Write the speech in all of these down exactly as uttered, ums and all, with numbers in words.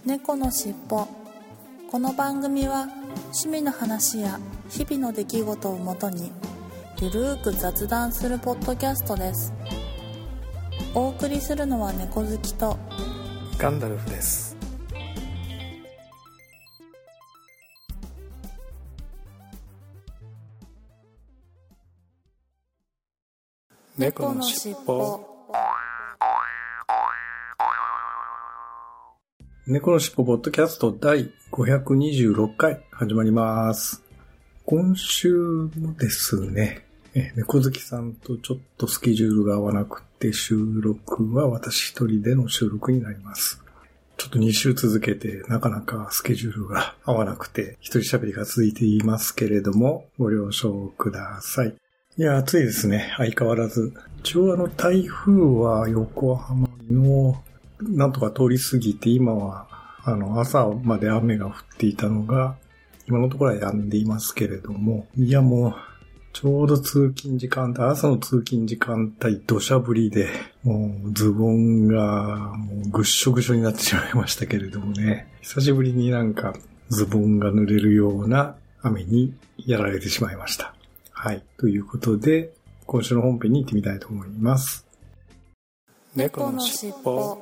猫のしっぽ。この番組は趣味の話や日々の出来事をもとにゆるーく雑談するポッドキャストです。お送りするのは猫好きとガンダルフです。 猫のしっぽ。 猫のしっぽポッドキャストだいごひゃくにじゅうろっかい始まります。今週もですね、え猫好きさんとちょっとスケジュールが合わなくて収録は私一人での収録になります。ちょっとに週続けてなかなかスケジュールが合わなくて一人喋りが続いていますけれどもご了承ください。いや暑いですね、相変わらず。一応あの台風は横浜のなんとか通り過ぎて今はあの朝まで雨が降っていたのが今のところは止んでいますけれども、いやもうちょうど通勤時間帯、朝の通勤時間帯土砂降りでもうズボンがもうぐっしょぐしょになってしまいましたけれどもね、久しぶりになんかズボンが濡れるような雨にやられてしまいました。はい、ということで今週の本編に行ってみたいと思います。 猫のしっぽ。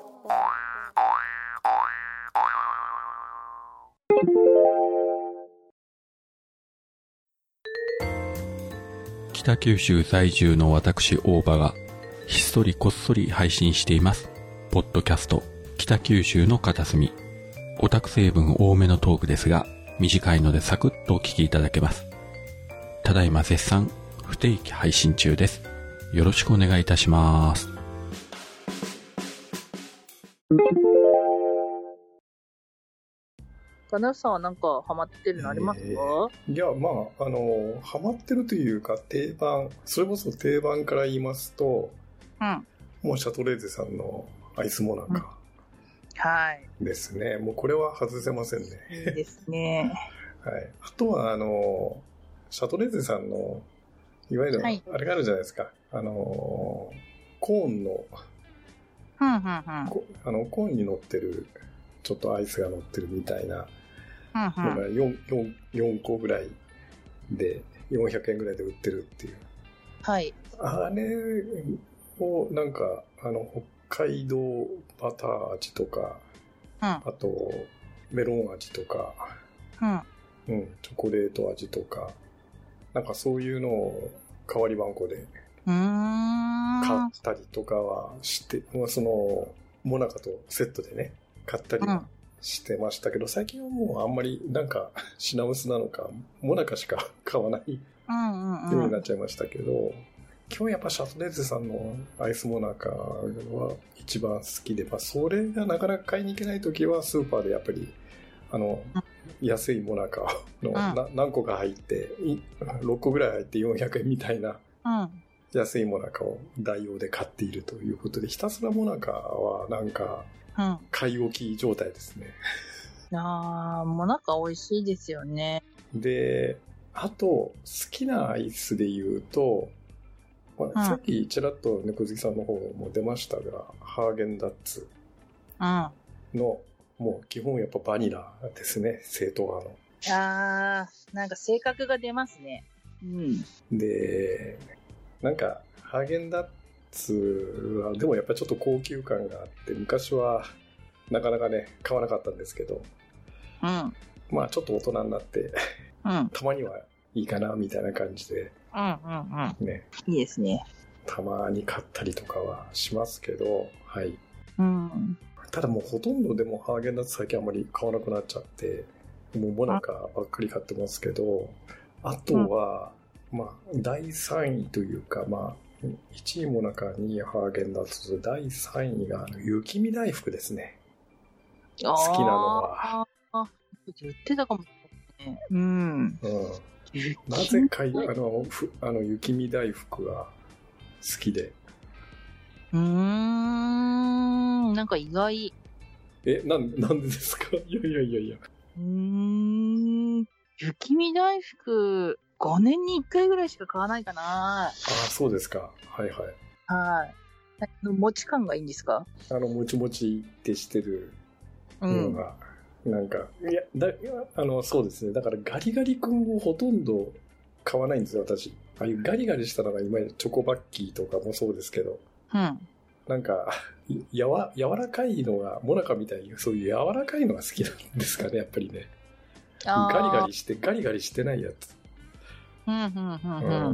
北九州在住の私大場がひっそりこっそり配信していますポッドキャスト北九州の片隅。オタク成分多めのトークですが短いのでサクッとお聞きいただけます。ただいま絶賛不定期配信中です。よろしくお願いいたします。 ガナフさんはなんかハマってるのありますか？えー、いやまああのハマってるというか定番、それこそ定番から言いますと、 うん、 もうシャトレーゼさんのアイスモナカ、うん、 はいですね。もうこれは外せませんね。 いいですね。 はい。あとはあのシャトレーゼさんのいわゆる、はい、あれがあるじゃないですか。あのコーンの、 うんうんうん、 あのコーンに乗ってるちょっとアイスが乗ってるみたいなのが 4, 4, 4個ぐらいでよんひゃくえんぐらいで売ってるっていう。 はい。 あれをなんかあの北海道バター味とか、 うん、 あとメロン味とか、 うんうん、チョコレート味とか、なんかそういうのを代わり番号で買ったりとかはして、まあ、そのモナカとセットでね買ったりはしてましたけど、うん、最近はもうあんまりなんか品薄なのかモナカしか買わないようになっちゃいましたけど、うんうんうん、今日やっぱシャトレーゼさんのアイスモナカは一番好きで、まあ、それがなかなか買いに行けないときはスーパーでやっぱりあの、うん、安いモナカの、うん、な何個か入ってろっこぐらい入ってよんひゃくえんみたいな、 うん、 安いモナカを代用で買っているということで、ひたすらモナカはなんかうん、 買い置き状態ですね。 あー、モナカ美味しいですよね。 で、あと好きなアイスで言うと、まあうん、さっきちらっと猫好きさんの方も出ましたが、ハーゲンダッツの、うん、もう基本やっぱバニラですね、正統派の。 あー、なんか性格が出ますね。うん。 で、なんかハーゲンダッツはでもやっぱりちょっと高級感があって、昔はなかなかね買わなかったんですけど、 うん、 まあちょっと大人になって、 うん、 たまにはいいかなみたいな感じで、 うんうんうん、 ね、 いいですね。 たまに買ったりとかはしますけど、はい。 うん、 ただもうほとんどでもハーゲンダッツ最近あんまり買わなくなっちゃって、もうモナカばっかり買ってますけど、あとは、うん、まあだいさんいというか、まあいちいモナカ、にいハーゲンダッツ、だいさんいがあの雪見大福ですね。好きなのは。 あ、言ってたかもしれないね。うん。うん。 なぜかあのふあの雪見大福が好きで。 うーん。なんか意外。 え、なん、なんでですか？いやいやいやいや。 うーん。雪見大福。ごねんにいっかいぐらいしか買わないかな。ああ、 そうですか。はいはい。 はい。あの、もち感がいいんですか？ あの、もちもちってしてるのがなんか、いや、だ、あの、そうですね。だからガリガリ君をほとんど買わないんですよ、私。ああいうガリガリしたのが今チョコバッキーとかもそうですけど。 うん。 なんか、やわ、柔らかいのが、モナカみたいに、そういう柔らかいのが好きなんですかね、やっぱりね。ガリガリして、ガリガリしてないやつ。 うん、うん、うん、うん。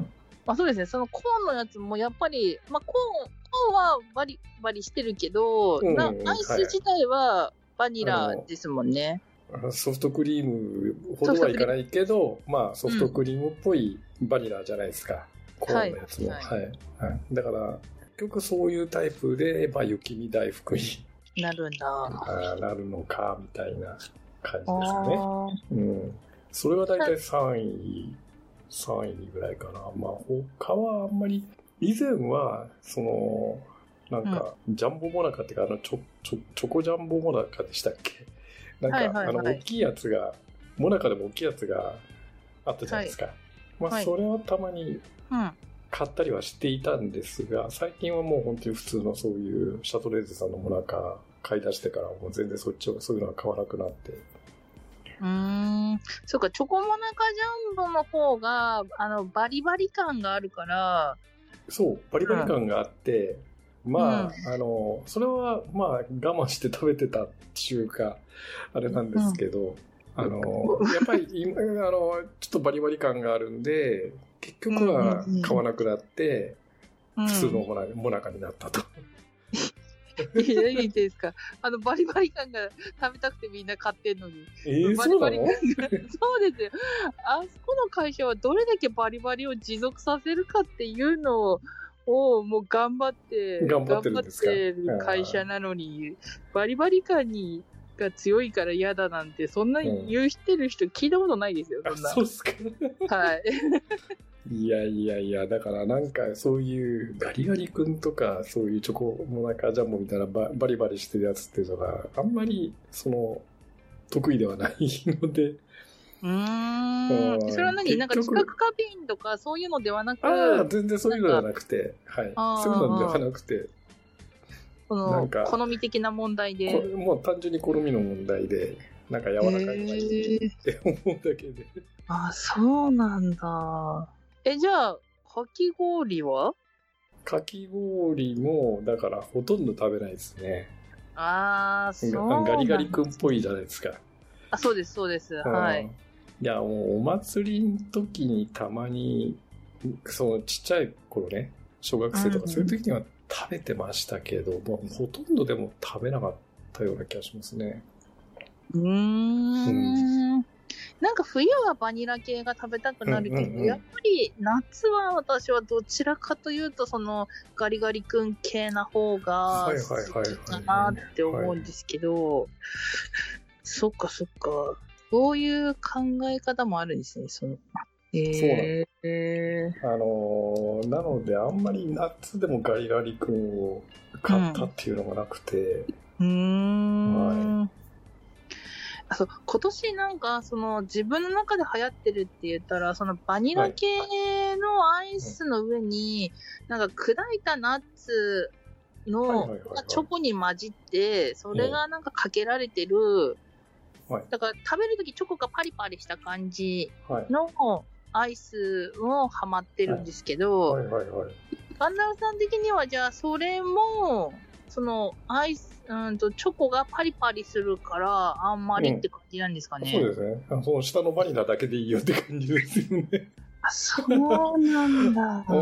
まあそうですね、そのコーンのやつもやっぱり、まあコーン、コーンはバリバリしてるけど、 うんうんなアイス自体はバニラですもんね。 ソフトクリームほどはいかないけど、まあソフトクリームっぽいバニラじゃないですか。うん、コーンのやつも。はい。はいはい、だから、結局そういうタイプで、まあ雪見大福になるんだ。 あなるのか、みたいな感じですね。うん。それはだいたいさんい、さんいぐらいかな。まあ他はあんまり、以前は、その、なんか、ジャンボモナカっていうか、あの、チョ、チョ、チョコジャンボモナカでしたっけ？なんか、はいはいはい、あの、大きいやつが、モナカでも大きいやつがあったじゃないですか。はい、まあ、はい、それはたまに買ったりはしていたんですが、最近はもう本当に普通のそういうシャトレーゼさんのモナカ買い出してからもう全然そっちを、そういうのは買わなくなって。 うーん。そうか、チョコモナカジャンボの方が、あの、バリバリ感があるから、 そう、バリバリ感があって、うん、まあ、うん、あの、それは、まあ、我慢して食べてたっていうか、あれなんですけど、うん、あの、やっぱり、今、あの、ちょっとバリバリ感があるんで、結局は買わなくなって、うん、普通のモナ、モナカになったと。 いや、いいですか。あの、バリバリ感が食べたくてみんな買ってんのに。 えー、 バリバリ感がそうそうですよ。あそこの会社はどれだけバリバリを持続させるかっていうのを、もう頑張って、 頑張ってるんですか。 頑張ってる会社なのに、バリバリ感に、が強いから嫌だなんて、そんな言うしてる人聞いたことないですよ、 うん、 そんな。 そうっすか。 はい。 いやいやいや、だからなんかそういうガリガリ君とかそういうチョコモナカジャンボみたいなババリバリしてるやつっていうのがあんまりその得意ではないので。 うーん。それは何なんか知覚過敏とかそういうのではなく。 ああ、全然そういうのではなくて、はい。そういうのではなくて。 そのなんか好み的な問題で。 もう単純に好みの問題で、なんか柔らかいのがいいって思うだけで。 あ、そうなんだ。え、じゃあ、かき氷は？ かき氷も、だからほとんど食べないですね。 ああ、そうなんだ。 ガリガリ君っぽいじゃないですか。 あ、そうです、そうです。はい。 いや、もうお祭りの時にたまに、そのちっちゃい頃ね、小学生とかそういう時には食べてましたけど、もうほとんどでも食べなかったような気がしますね。 うーん。うんなんか冬はバニラ系が食べたくなるけど、うんうんうん、やっぱり夏は私はどちらかというとそのガリガリ君系な方が好きかなって思うんですけど、そっかそっか。そういう考え方もあるんですね、その。えー、 そうなんです。えー、あのー、なのであんまり夏でもガリガリ君を買ったっていうのがなくて。 うん。うーん。 はいあそう今年なんかその自分の中で流行ってるって言ったらそのバニラ系のアイスの上になんか砕いたナッツのチョコに混じってそれがなんかかけられてる、だから食べるときチョコがパリパリした感じのアイスもハマってるんですけど、ガンダムさん的にはじゃあそれもそのアイスうんとチョコがパリパリするからあんまりって感じなんですかね。 うん、そうですね。その下のバニラだけでいいよって感じですよね。 あ、そうなんだ。 うん。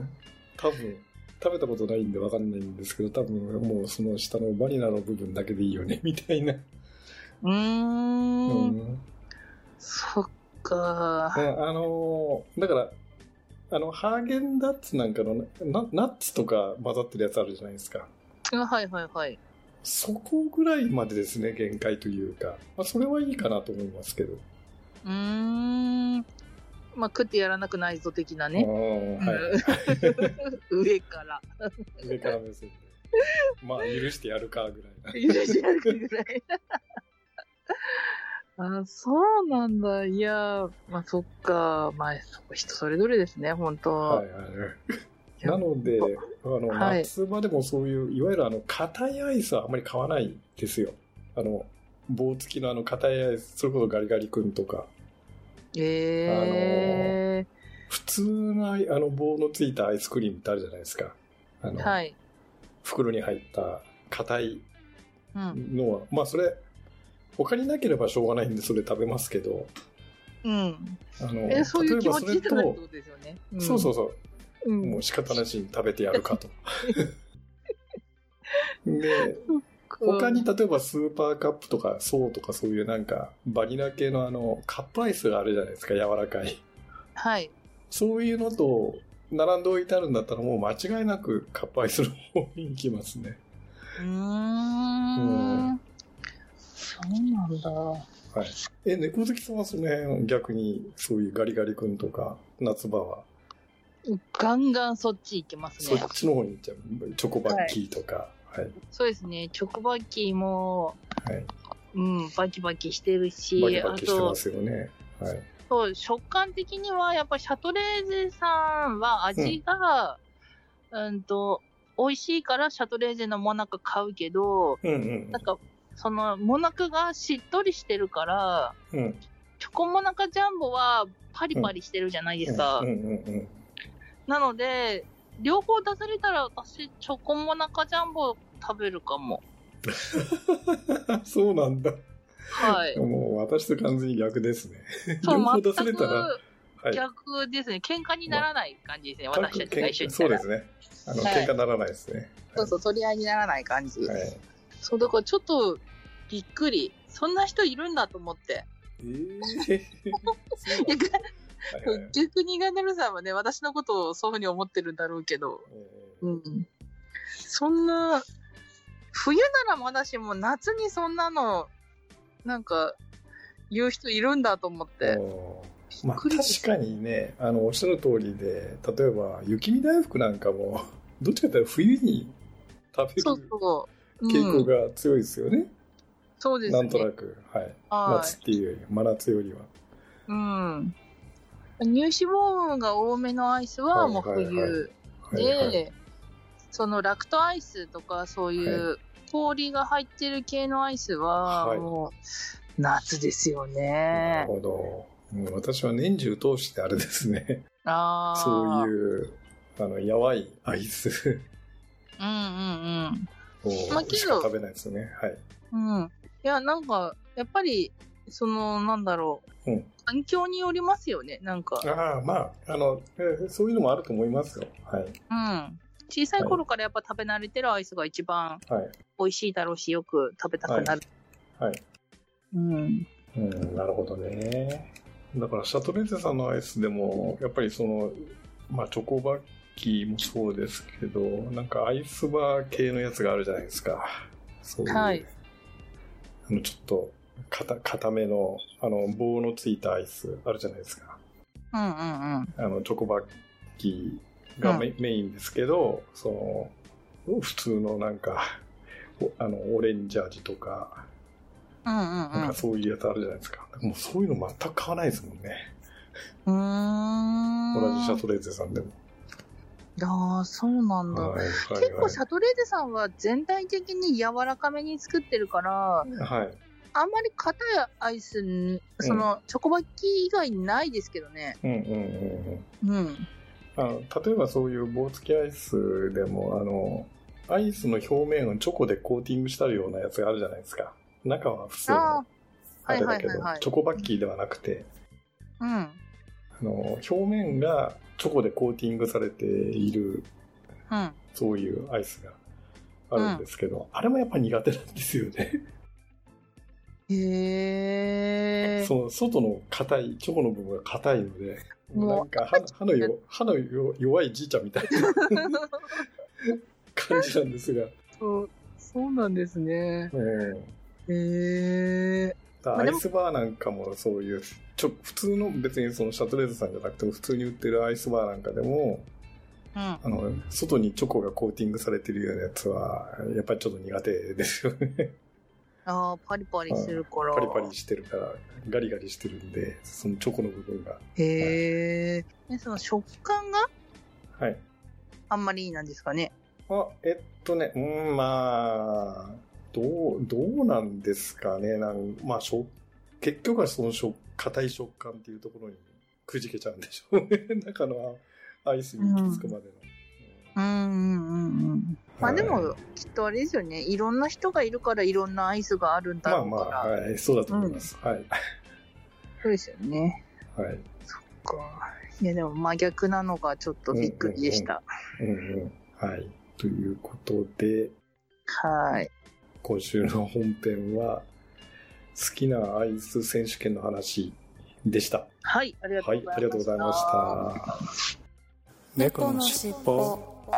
多分食べたことないんでわかんないんですけど、多分もうその下のバニラの部分だけでいいよねみたいな。 うーん。うん、そっか。 あのだからあのハーゲンダッツなんかのナナッツとか混ざってるやつあるじゃないですか。 はいはいはい。 そこぐらいまでですね、限界というか。まあ、それはいいかなと思いますけど。 うーん。まあ、食ってやらなくないぞ的なね。 はい、 上から。 上から目線で。まあ、許してやるかぐらいな。許してやるかぐらい。あ、そうなんだ。いや、まあ、そっか。まあ、人それぞれですね、本当はいはい。なので、あの、はい、夏場でもそういう、いわゆるあの、硬いアイスはあんまり買わないですよ。あの、 棒付きのあの硬いアイス、それこそガリガリ君とか。 えー。 あの、普通のあの棒のついたアイスクリームってあるじゃないですか。あの、 はい。 袋に入った硬いうん。 のは、まあそれ、他になければしょうがないんでそれ食べますけど、 うん。 あの、 え、そういう気持ち例えばそれじゃないってと、 ことですよね。 そうそうそう、 うん。 もう仕方なしに食べてやるかと。で、他に例えばスーパーカップとかソーとかそういうなんかバニラ系のあのカップアイスがあるじゃないですか、柔らかい。 はい。 そういうのと並んで置いてあるんだったらもう間違いなくカップアイスの方に行きますね。 うーん。 うんそうなんだ。 はい。え、猫好きさんはその辺逆にそういうガリガリ君とか夏場はガンガンそっち行きますね。 そっちの方に行っちゃう。チョコバッキーとか。はい。はいそうですね。チョコバッキーも、 はい。 うん、バキバキしてるし、 バキバキしてまあすよね。はい。 と、そう、食感的には、やっぱりシャトレーゼさんは味が、うん、と、美味しいからシャトレーゼのモナカ買うけど、 うんうんなんか、その、モナカがしっとりしてるから、 うん。うん。 チョコモナカジャンボはパリパリしてるじゃないですか。 うんうんうん。 なので、両方出されたら私、チョコモナカジャンボ食べるかも。 そうなんだ。 はい。 もう私と完全に逆ですね。 そう、 両方出され全たら、 くはい。 逆ですね。喧嘩にならない感じですね。 全く私たちが一緒にいたら。 そうですね。あの、 はい喧嘩ならないですね。 そうそう、取り合いにならない感じ。 はい。 そう、だからちょっとびっくり。そんな人いるんだと思って。 えー、そうなんだはいはい逆にガンダルさんはね、私のことをそういうふうに思ってるんだろうけど。 えーうん。そんな、冬ならまだしも夏にそんなの、なんか、言う人いるんだと思って。 おーまあ、 びっくりです確かにね、あの、おっしゃる通りで、例えば、雪見大福なんかも、どっちかというと冬に食べそうるそう。 傾向うん、 が強いですよね。 そうですね。 なんとなく、はい。 はい夏っていうより、真夏よりは。 うん。乳脂肪分が多めのアイスはもう冬。 はいはいはいで、 はいはいそのラクトアイスとかそういう氷が入ってる系のアイスははいもう夏ですよなねる。ほど。もう私は年中通してあれですね。 ああ。 そうう。 いう、あの、やわいアイスうんうんをまあけどしか食べないですよね。はい。 うん。うん。いや、なんか、やっぱり、その、なんだろう。 うん環境によりますよね、なんか。 ああ、まあ、あの、えーそういうのもあると思いますよ。はい。 うん。小さい頃からやっぱ食べ慣れてるアイスが一番はい。 美味しいだろうし、よく食べたくなる。 はい。 うん。 うん、なるほどね。だから、シャトレーゼさんのアイスでも、やっぱりその、まあ、チョコバッキーもそうですけど、なんかアイスバー系のやつがあるじゃないですか。そういう。 はいあの、ちょっと、かた、硬めの、あの、棒のついたアイスあるじゃないですか。 うんうんうん。 あの、チョコバッキーがメ,、 うメインですけど、その、普通のなんか、おあの、オレンジ味とか、 うんうんなんかそういうやつあるじゃないですか。もうそういうの全く買わないですもんね。 うん。うーん。 同じシャトレーゼさんでも。 ああ、そうなんだ。 はいはい結構シャトレーゼさんは全体的に柔らかめに作ってるから、 はい。はい。 あんまり硬いアイス、その、チョコバッキー以外ないですけどね。 うんうんうんうん。 うん。 あの、例えばそういう棒付きアイスでも、あの、アイスの表面をチョコでコーティングしてあるようなやつがあるじゃないですか。中は普通のああ、 あれだけど、 はいはいはいはいチョコバッキーではなくて、 うん。 あの、表面がチョコでコーティングされている、 うん。 そういうアイスがあるんですけど、あれもやっぱ苦手なんですよね。 へえ。 その外の硬い、チョコの部分が硬いので、 もうなんか歯歯のよ歯のよ弱いじいちゃんみたいな感じなんですが。 そう、そうなんですね。 うんへえ。 だアイスバーなんかもそういう、ちょ普通の別にそのシャトレーゼさんじゃなくても普通に売ってるアイスバーなんかでも、 うん。 あの、外にチョコがコーティングされてるようなやつは、やっぱりちょっと苦手ですよね。 ああ、パリパリするから。 パリパリしてるから、ガリガリしてるんで、そのチョコの部分が。 へえ。ね、その食感がはい。 あんまりいいなんですかね。 あ、えっとね、うん、まあ、 どう、どうなんですかね。なんまあ、しょ結局はその食、硬い食感っていうところにくじけちゃうんでしょうね。中のアイスに行き着くまでの。 うんうんうんうん。まあでも、 はいきっとあれですよね。いろんな人がいるからいろんなアイスがあるんだろうから。 まあまあ、はい、そうだと思います。うん、はい。 そうですよね。 はい。 そっか。いやでも真逆なのがちょっとびっくりでした。 うんうん、うんうん。はい。ということで、 はい。 今週の本編は、好きなアイス選手権の話でした。 はい、ありがとうございました。はい、ありがとうございました。猫のしっぽ。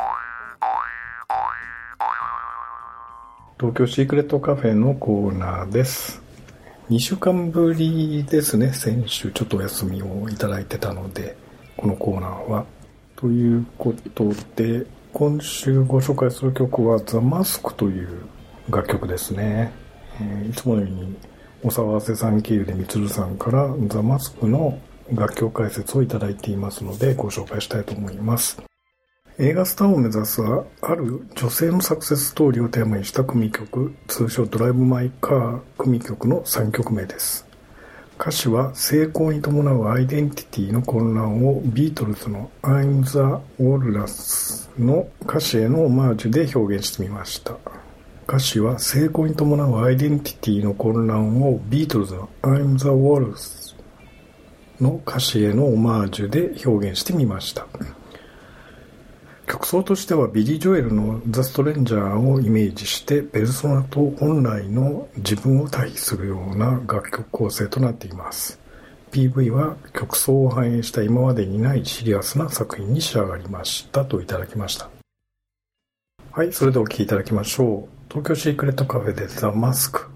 東京シークレットカフェのコーナーです。にしゅうかんぶりですね。先週ちょっとお休みをいただいてたので、このコーナーは。ということで、今週ご紹介する曲はザ・マスクという楽曲ですね。えー、いつものようにお騒がせさん経由でみつるさんからザ・マスクの楽曲解説をいただいていますのでご紹介したいと思います。映画スターを目指すある女性のサクセスストーリーをテーマにした組曲、通称ドライブ・マイ・カー組曲のさんきょくめです。歌詞は成功に伴うアイデンティティの混乱をビートルズの I'm the Walrus の歌詞へのオマージュで表現してみました。歌詞は成功に伴うアイデンティティの混乱をビートルズの I'm the Walrus の歌詞へのオマージュで表現してみました。曲奏としてはビリー・ジョエルのザ・ストレンジャーをイメージしてペルソナと本来の自分を対比するような楽曲構成となっています。 ピーブイ は曲奏を反映した今までにないシリアスな作品に仕上がりましたといただきました。はい、それではお聴きいただきましょう。東京シークレットカフェでザ・マスク。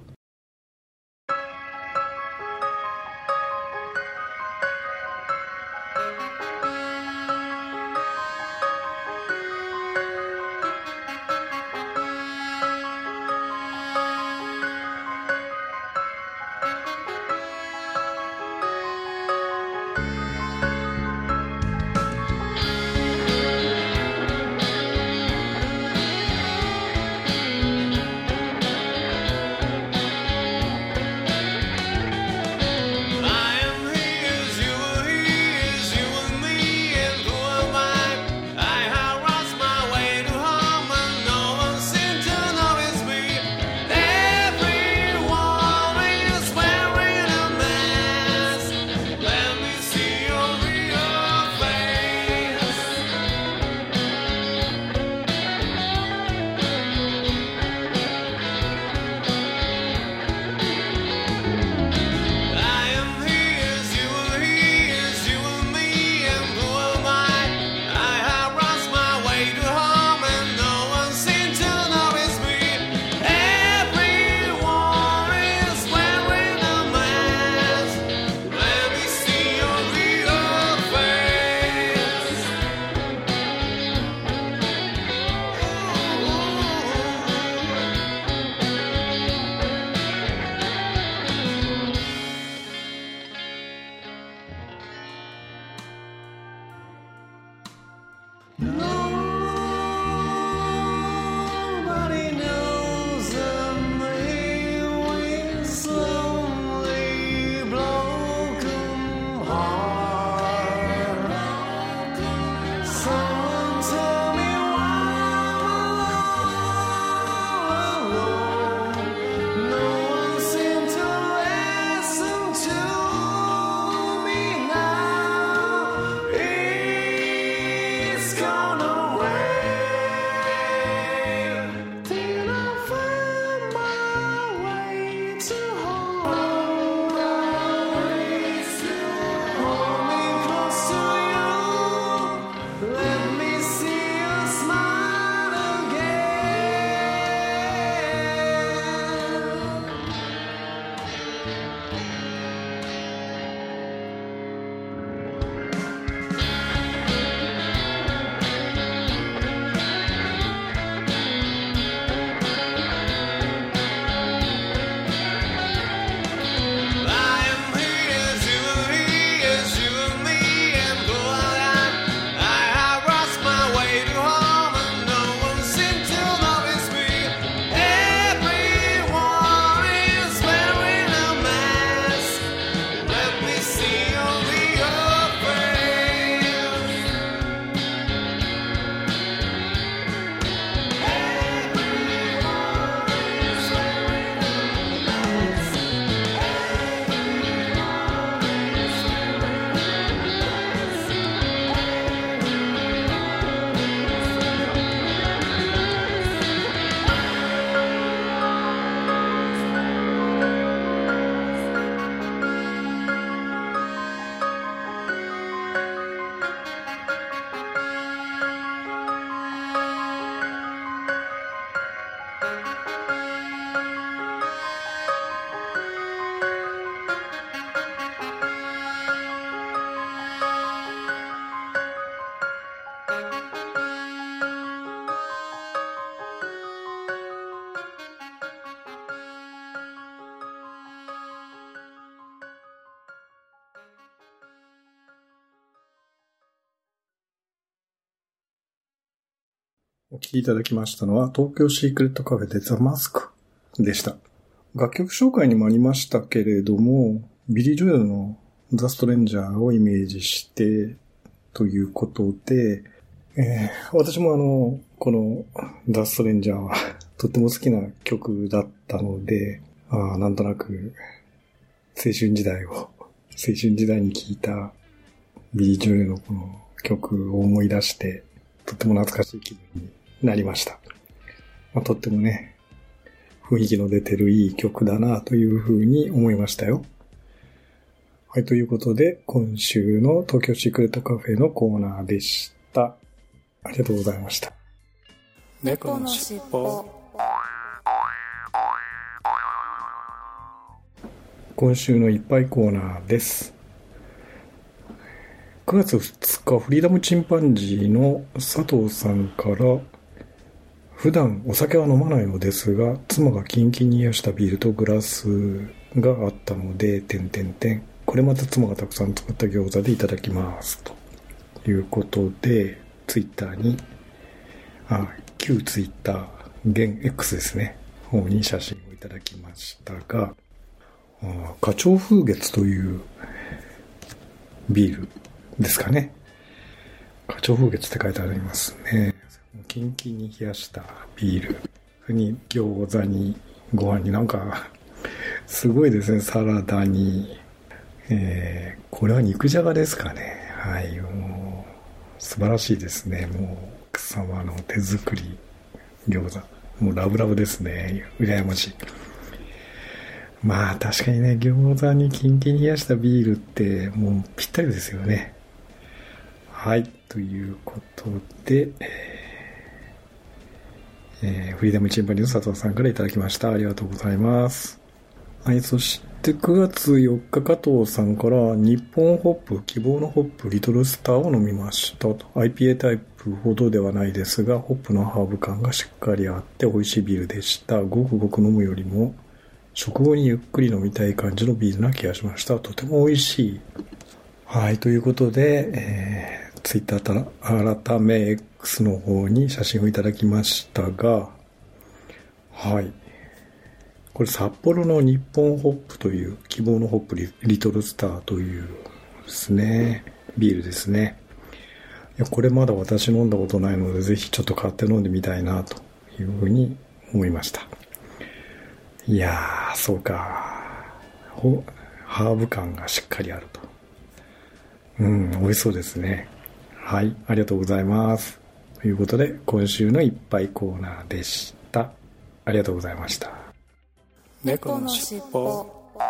お聴きいただきましたのは東京シークレットカフェでザ・マスクでした。楽曲紹介にもありましたけれども、ビリー・ジョエルのザ・ストレンジャーをイメージしてということで、えー、私もあの、このザ・ストレンジャーはとっても好きな曲だったので、あなんとなく青春時代を、青春時代に聴いたビリー・ジョエルのこの曲を思い出して、とっても懐かしい気分になりました。まあ、とってもね、雰囲気の出てるいい曲だなというふうに思いましたよ。はい、ということで、今週の東京シークレットカフェのコーナーでした。ありがとうございました。 猫のしっぽ。 今週のいっぱいコーナーです。くがつふつか、フリーダムチンパンジーの佐藤さんから、普段お酒は飲まないのですが、妻がキンキンに冷やしたビールとグラスがあったので、点々点。これまた妻がたくさん作った餃子でいただきます。ということで、ツイッターに、あ、旧ツイッター、現 X ですね、方に写真をいただきましたが、あ花鳥風月というビールですかね。花鳥風月って書いてありますね。キンキンに冷やしたビール。それに餃子にご飯になんか、すごいですね。サラダに、えー、これは肉じゃがですかね。はい。もう素晴らしいですね。もう奥様の手作り餃子。もうラブラブですね。羨ましい。まあ確かにね、餃子にキンキンに冷やしたビールってもうぴったりですよね。はい。ということで、えー、フリーダムチンパンジーの佐藤さんからいただきました。ありがとうございます。はい。そしてくがつよっか、加藤さんから、日本ホップ、希望のホップ、リトルスターを飲みましたと。アイピーエー タイプほどではないですが、ホップのハーブ感がしっかりあって美味しいビールでした。ごくごく飲むよりも、食後にゆっくり飲みたい感じのビールな気がしました。とても美味しい。はい。ということで、えー、ツイッター改め X の方に写真をいただきましたが、はい。これ札幌の日本ホップという希望のホップ リ, リトルスターというですね、ビールですね。いやこれまだ私飲んだことないので、ぜひちょっと買って飲んでみたいなというふうに思いました。いやー、そうか。ハーブ感がしっかりあると。うん、美味しそうですね。はい、ありがとうございます。ということで、今週のいっぱいコーナーでした。ありがとうございました。 猫のしっぽ。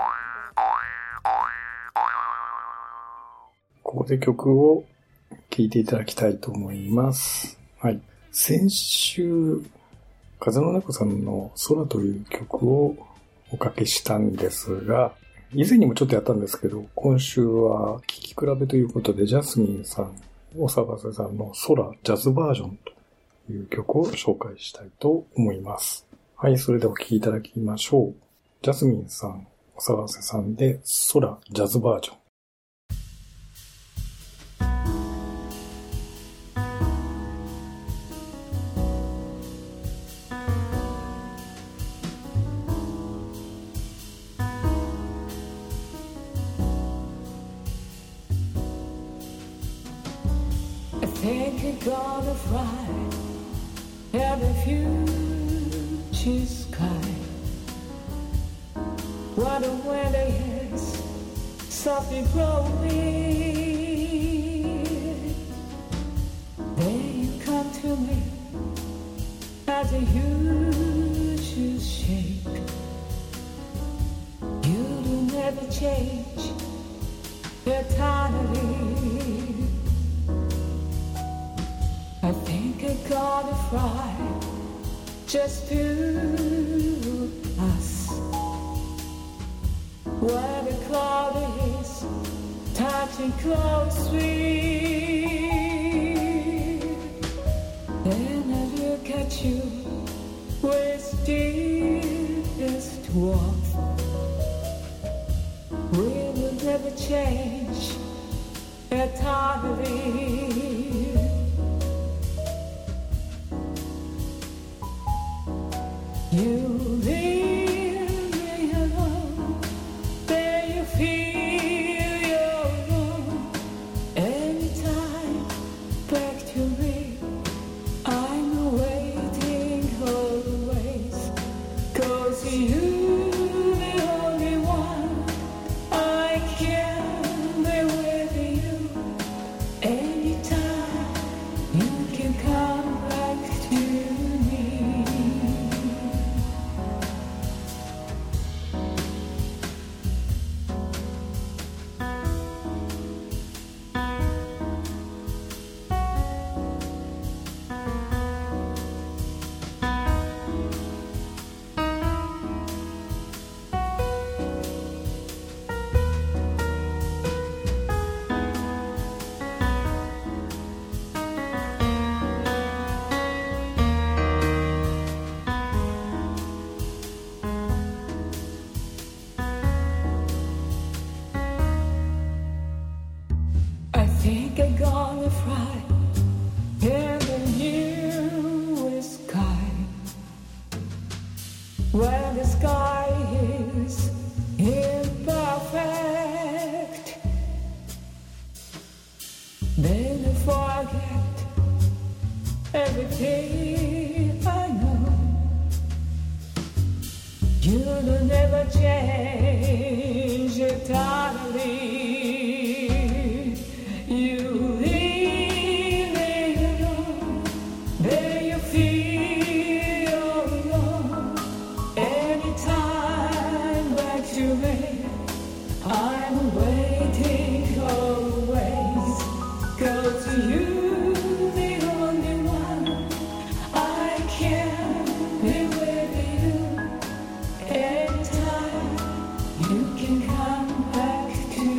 ここで曲を聴いていただきたいと思います。はい。先週、風の猫さんの空という曲をおかけしたんですが、以前にもちょっとやったんですけど、今週は聴き比べということで、ジャスミンさん、おさばせさんの空ジャズバージョンという曲を紹介したいと思います。はい、それではお聴きいただきましょう。ジャスミンさん、おさばせさんで空ジャズバージョン。 Think you're gonna fly in the future sky. What a weather is softly blowing. Then you come to me as a huge shake. You do never change eternally.I think I'm gonna fly just to us. Where the cloud is touching closely. Then I look at you with deepest warmth. We will never change eternally.I fly in the new sky. When the sky is imperfect, then I forget everything I know. You'll never change eternally. You leave me alone, then you feel alone. Anytime that you may, I'm waiting always. 'Cause you're the only one I can be with you. Anytime you can come back to me.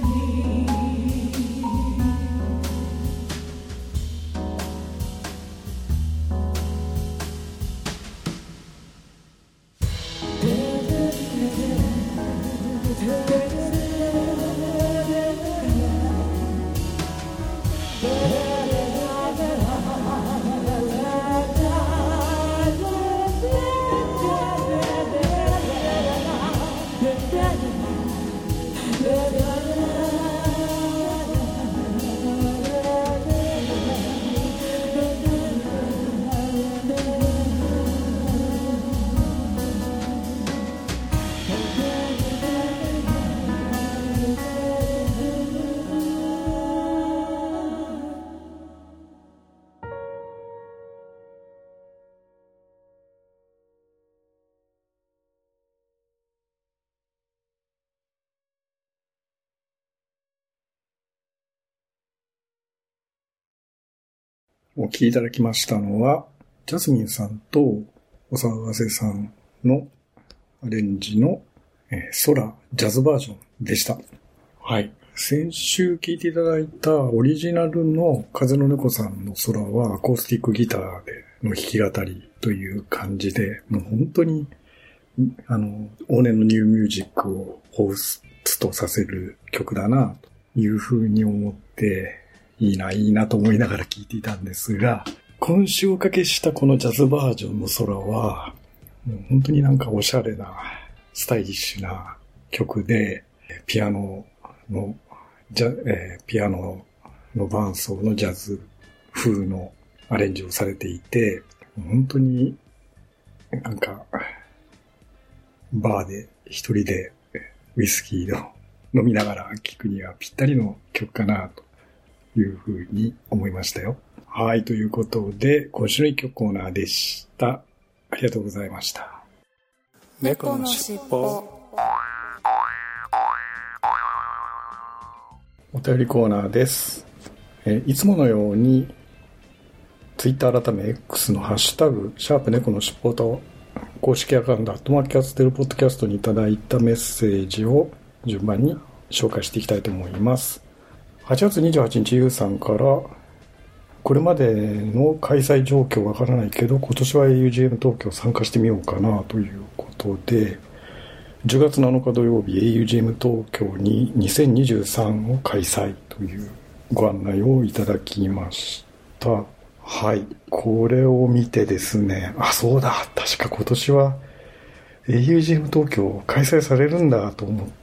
お聴きいただきましたのは、ジャスミンさんとお騒がせさんのアレンジの、えー、空ジャズバージョンでした。はい。先週聴いていただいたオリジナルの風の猫さんの空はアコースティックギターでの弾き語りという感じで、もう本当に、あの、往年のニューミュージックを彷彿とさせる曲だなというふうに思って、いいな、いいなと思いながら聴いていたんですが、今週おかけしたこのジャズバージョンの空は、もう本当になんかおしゃれな、スタイリッシュな曲で、ピアノの、ジャえー、ピアノの伴奏のジャズ風のアレンジをされていて、本当になんか、バーで一人でウイスキーを飲みながら聴くにはぴったりの曲かなというふうに思いましたよ。はい、ということで、今週の一曲コーナーでした。ありがとうございました。 猫のしっぽ。 お便りコーナーです。えいつものように、ツイッター改め X のハッシュタグ、シャープ猫のしっぽと、公式アカウント、アットマークキャステルポッドキャストにいただいたメッセージを順番に紹介していきたいと思います。はちがつにじゅうはちにち、ゆうさんから、これまでの開催状況わからないけど、今年は エーユージーエム 東京参加してみようかなということで、じゅうがつなのか土曜日 エーユージーエム 東京ににせんにじゅうさんを開催というご案内をいただきました。はい。これを見てですね、あ、そうだ、確か今年は エーユージーエム 東京開催されるんだと思って、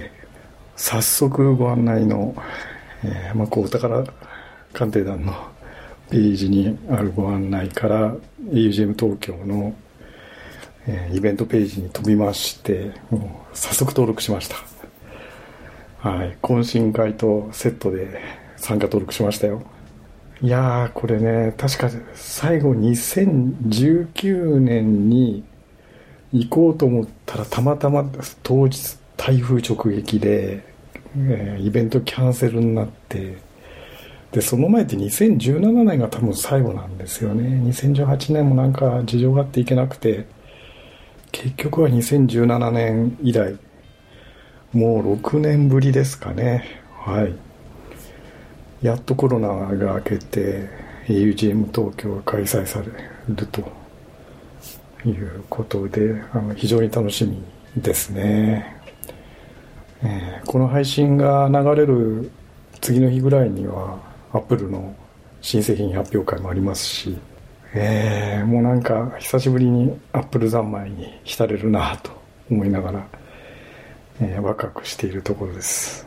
早速ご案内の、えー、まあ、こうお宝鑑定団のページにあるご案内から エーユージーエム 東京の、えー、イベントページに飛びまして、もう早速登録しました。はい。懇親会とセットで参加登録しましたよ。いやー、これね、確か最後にせんじゅうきゅうねんに行こうと思ったらたまたま当日台風直撃で、えー、イベントキャンセルになって、でその前ってにせんじゅうななねんが多分最後なんですよね。にせんじゅうはちねんもなんか事情があって行けなくて、結局はにせんじゅうななねん以来もうろくねんぶりですかね。はい。やっとコロナが明けて エーユージーエム 東京が開催されるということで、あの非常に楽しみですね。えー、この配信が流れる次の日ぐらいにはアップルの新製品発表会もありますし、えー、もうなんか久しぶりにアップル三昧に浸れるなと思いながら、えー、ワクワクしているところです。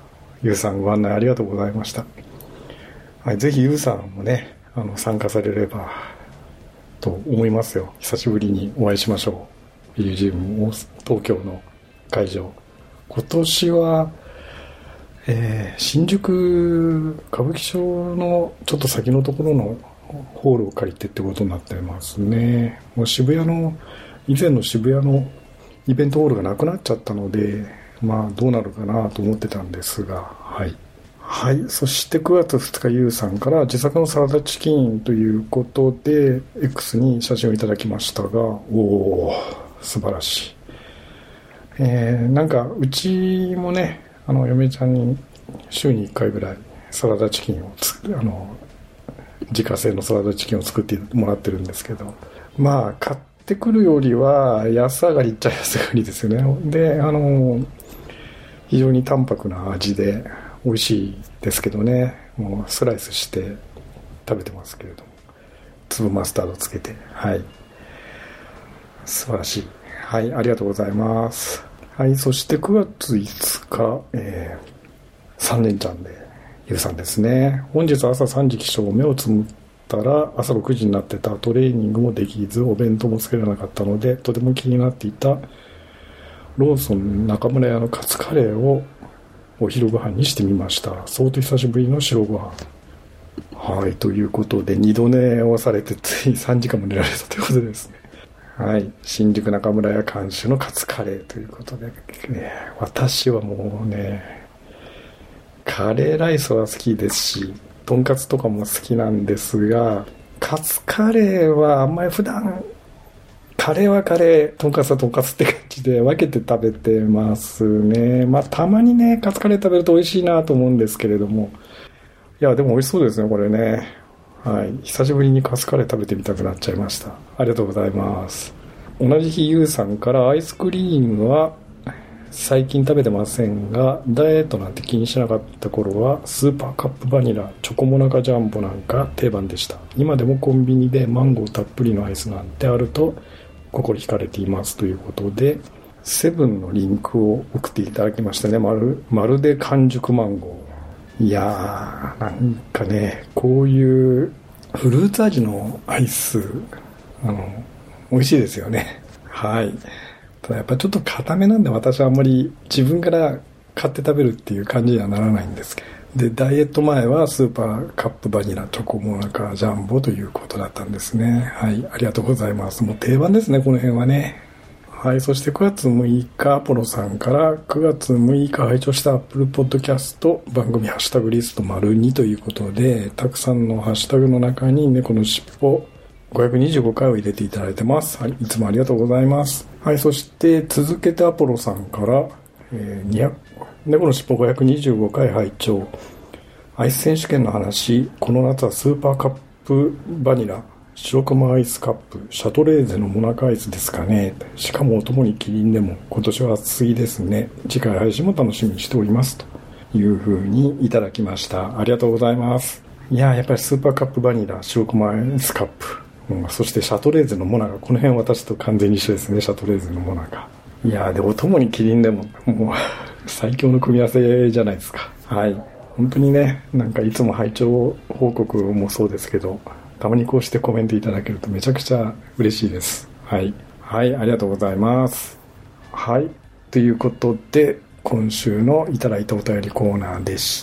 ゆうさんご案内ありがとうございました。はい、ぜひゆうさんもね、あの参加されればと思いますよ。久しぶりにお会いしましょう。ビリジウム東京の会場。今年は、えー、新宿歌舞伎町のちょっと先のところのホールを借りてってことになってますね。もう渋谷の、以前の渋谷のイベントホールがなくなっちゃったので、まあどうなるかなと思ってたんですが、はい。はい。そしてくがつふつかゆうさんから自作のサラダチキンということで X に写真をいただきましたが、おー、素晴らしい。えー、なんかうちもね、あの嫁ちゃんに週にいっかいぐらいサラダチキンをつあの自家製のサラダチキンを作ってもらってるんですけど、まあ買ってくるよりは安上がりっちゃ安上がりですよね。で、あの非常に淡白な味で美味しいですけどね、もうスライスして食べてますけれども、粒マスタードつけて、はい、素晴らしい。はい、ありがとうございます。はい、そしてくがついつか、えー、さん連チャンでゆうさんですね。本日朝さんじ起床、目をつむったら朝ろくじになってた。トレーニングもできずお弁当もつけられなかったのでとても気になっていたローソン中村屋のカツカレーをお昼ご飯にしてみました。相当久しぶりの白ご飯。はい、ということで二度寝をされてついさんじかんも寝られたということですね。はい、新宿中村屋監修のカツカレーということで、ね、私はもうね、カレーライスは好きですし、とんかつとかも好きなんですが、カツカレーはあんまり普段、カレーはカレー、とんかつはとんかつって感じで分けて食べてますね。まあたまにね、カツカレー食べると美味しいなと思うんですけれども、いやでも美味しそうですね、これね。はい、久しぶりにカツカレー食べてみたくなっちゃいました。ありがとうございます。同じ日ゆうさんからアイスクリームは最近食べてませんが、ダイエットなんて気にしなかった頃はスーパーカップバニラ、チョコモナカジャンボなんか定番でした。今でもコンビニでマンゴーたっぷりのアイスなんてあると心惹かれていますということで、セブンのリンクを送っていただきましたね。まる、まるで完熟マンゴー。いやー、なんかね、こういうフルーツ味のアイス、あの、美味しいですよね。はい。ただやっぱちょっと固めなんで私はあんまり自分から買って食べるっていう感じにはならないんですけど。で、ダイエット前はスーパーカップバニラ、チョコモナカジャンボということだったんですね。はい。ありがとうございます。もう定番ですね、この辺はね。はい。そしてくがつむいか、アポロさんからくがつむいか拝聴したアップルポッドキャスト番組ハッシュタグリスト丸にということで、たくさんのハッシュタグの中に猫のしっぽごひゃくにじゅうごかいを入れていただいてます。はい。いつもありがとうございます。はい。そして続けてアポロさんから、えー、にひゃく、猫のしっぽごひゃくにじゅうごかい拝聴。アイス選手権の話、この夏はスーパーカップバニラ、白熊アイスカップ、シャトレーゼのモナカアイスですかね。しかもお供にキリンでも今年は暑すぎですね。次回配信も楽しみにしておりますというふうにいただきました。ありがとうございます。いやー、やっぱりスーパーカップバニラ、白熊アイスカップ、うん、そしてシャトレーゼのモナカ、この辺私と完全に一緒ですね。シャトレーゼのモナカ、いやー、でお供にキリンでももう最強の組み合わせじゃないですか。はい、本当にね、なんかいつも拝聴報告もそうですけど、たまにこうしてコメントいただけるとめちゃくちゃ嬉しいです。はい。はい、ありがとうございます。はい。ということで、今週のいただいたお便りコーナーでした。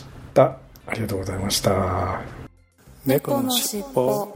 ありがとうございました。 猫のしっぽ。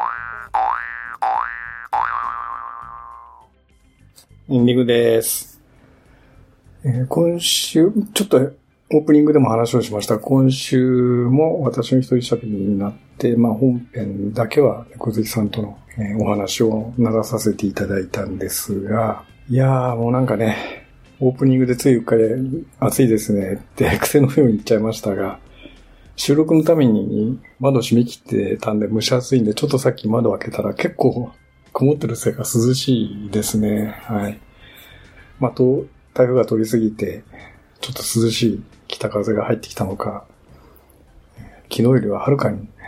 エンディングです。えー、今週、ちょっとオープニングでも話をしました。今週も私の一人喋りになって、まあ本編だけは小関さんとの、えー、お話を流させていただいたんですが、いやーもうなんかね、オープニングでついうっかり暑いですねって癖のように言っちゃいましたが、収録のために窓閉め切ってたんで蒸し暑いんで、ちょっとさっき窓開けたら結構曇ってるせいか涼しいですね。はい。まあと、台風が通り過ぎて、ちょっと涼しい北風が入ってきたのか、昨日よりははるかに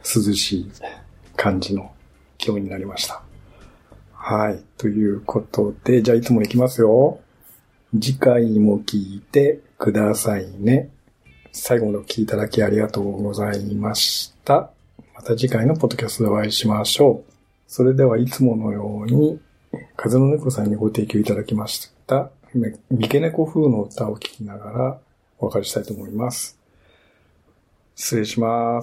涼しい感じの気温になりました。はい。ということで、じゃあいつも行きますよ。次回も聞いてくださいね。最後までお聞きいただきありがとうございました。また次回のポッドキャストでお会いしましょう。それではいつものように、風の猫さんにご提供いただきました、三毛猫風の歌を聴きながらお別れしたいと思います。失礼します。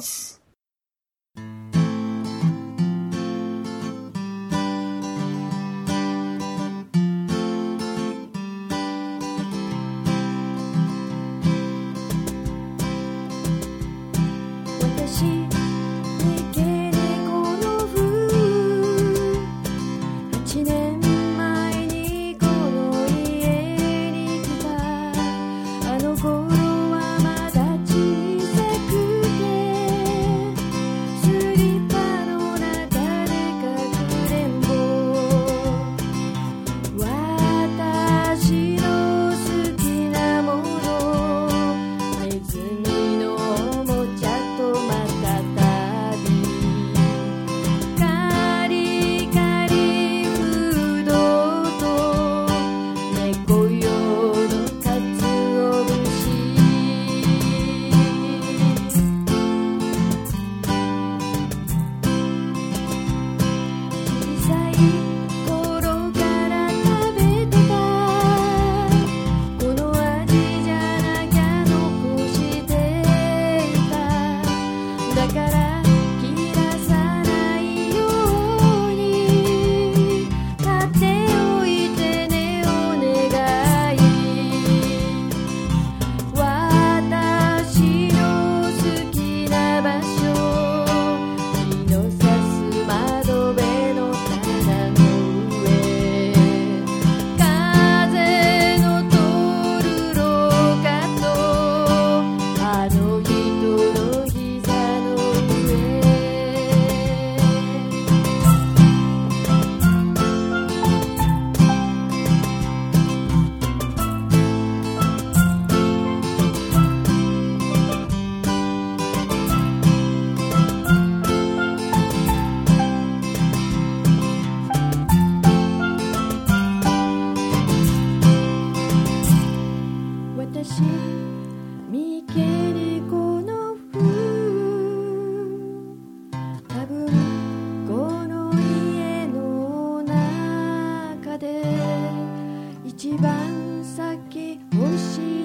一番先欲しい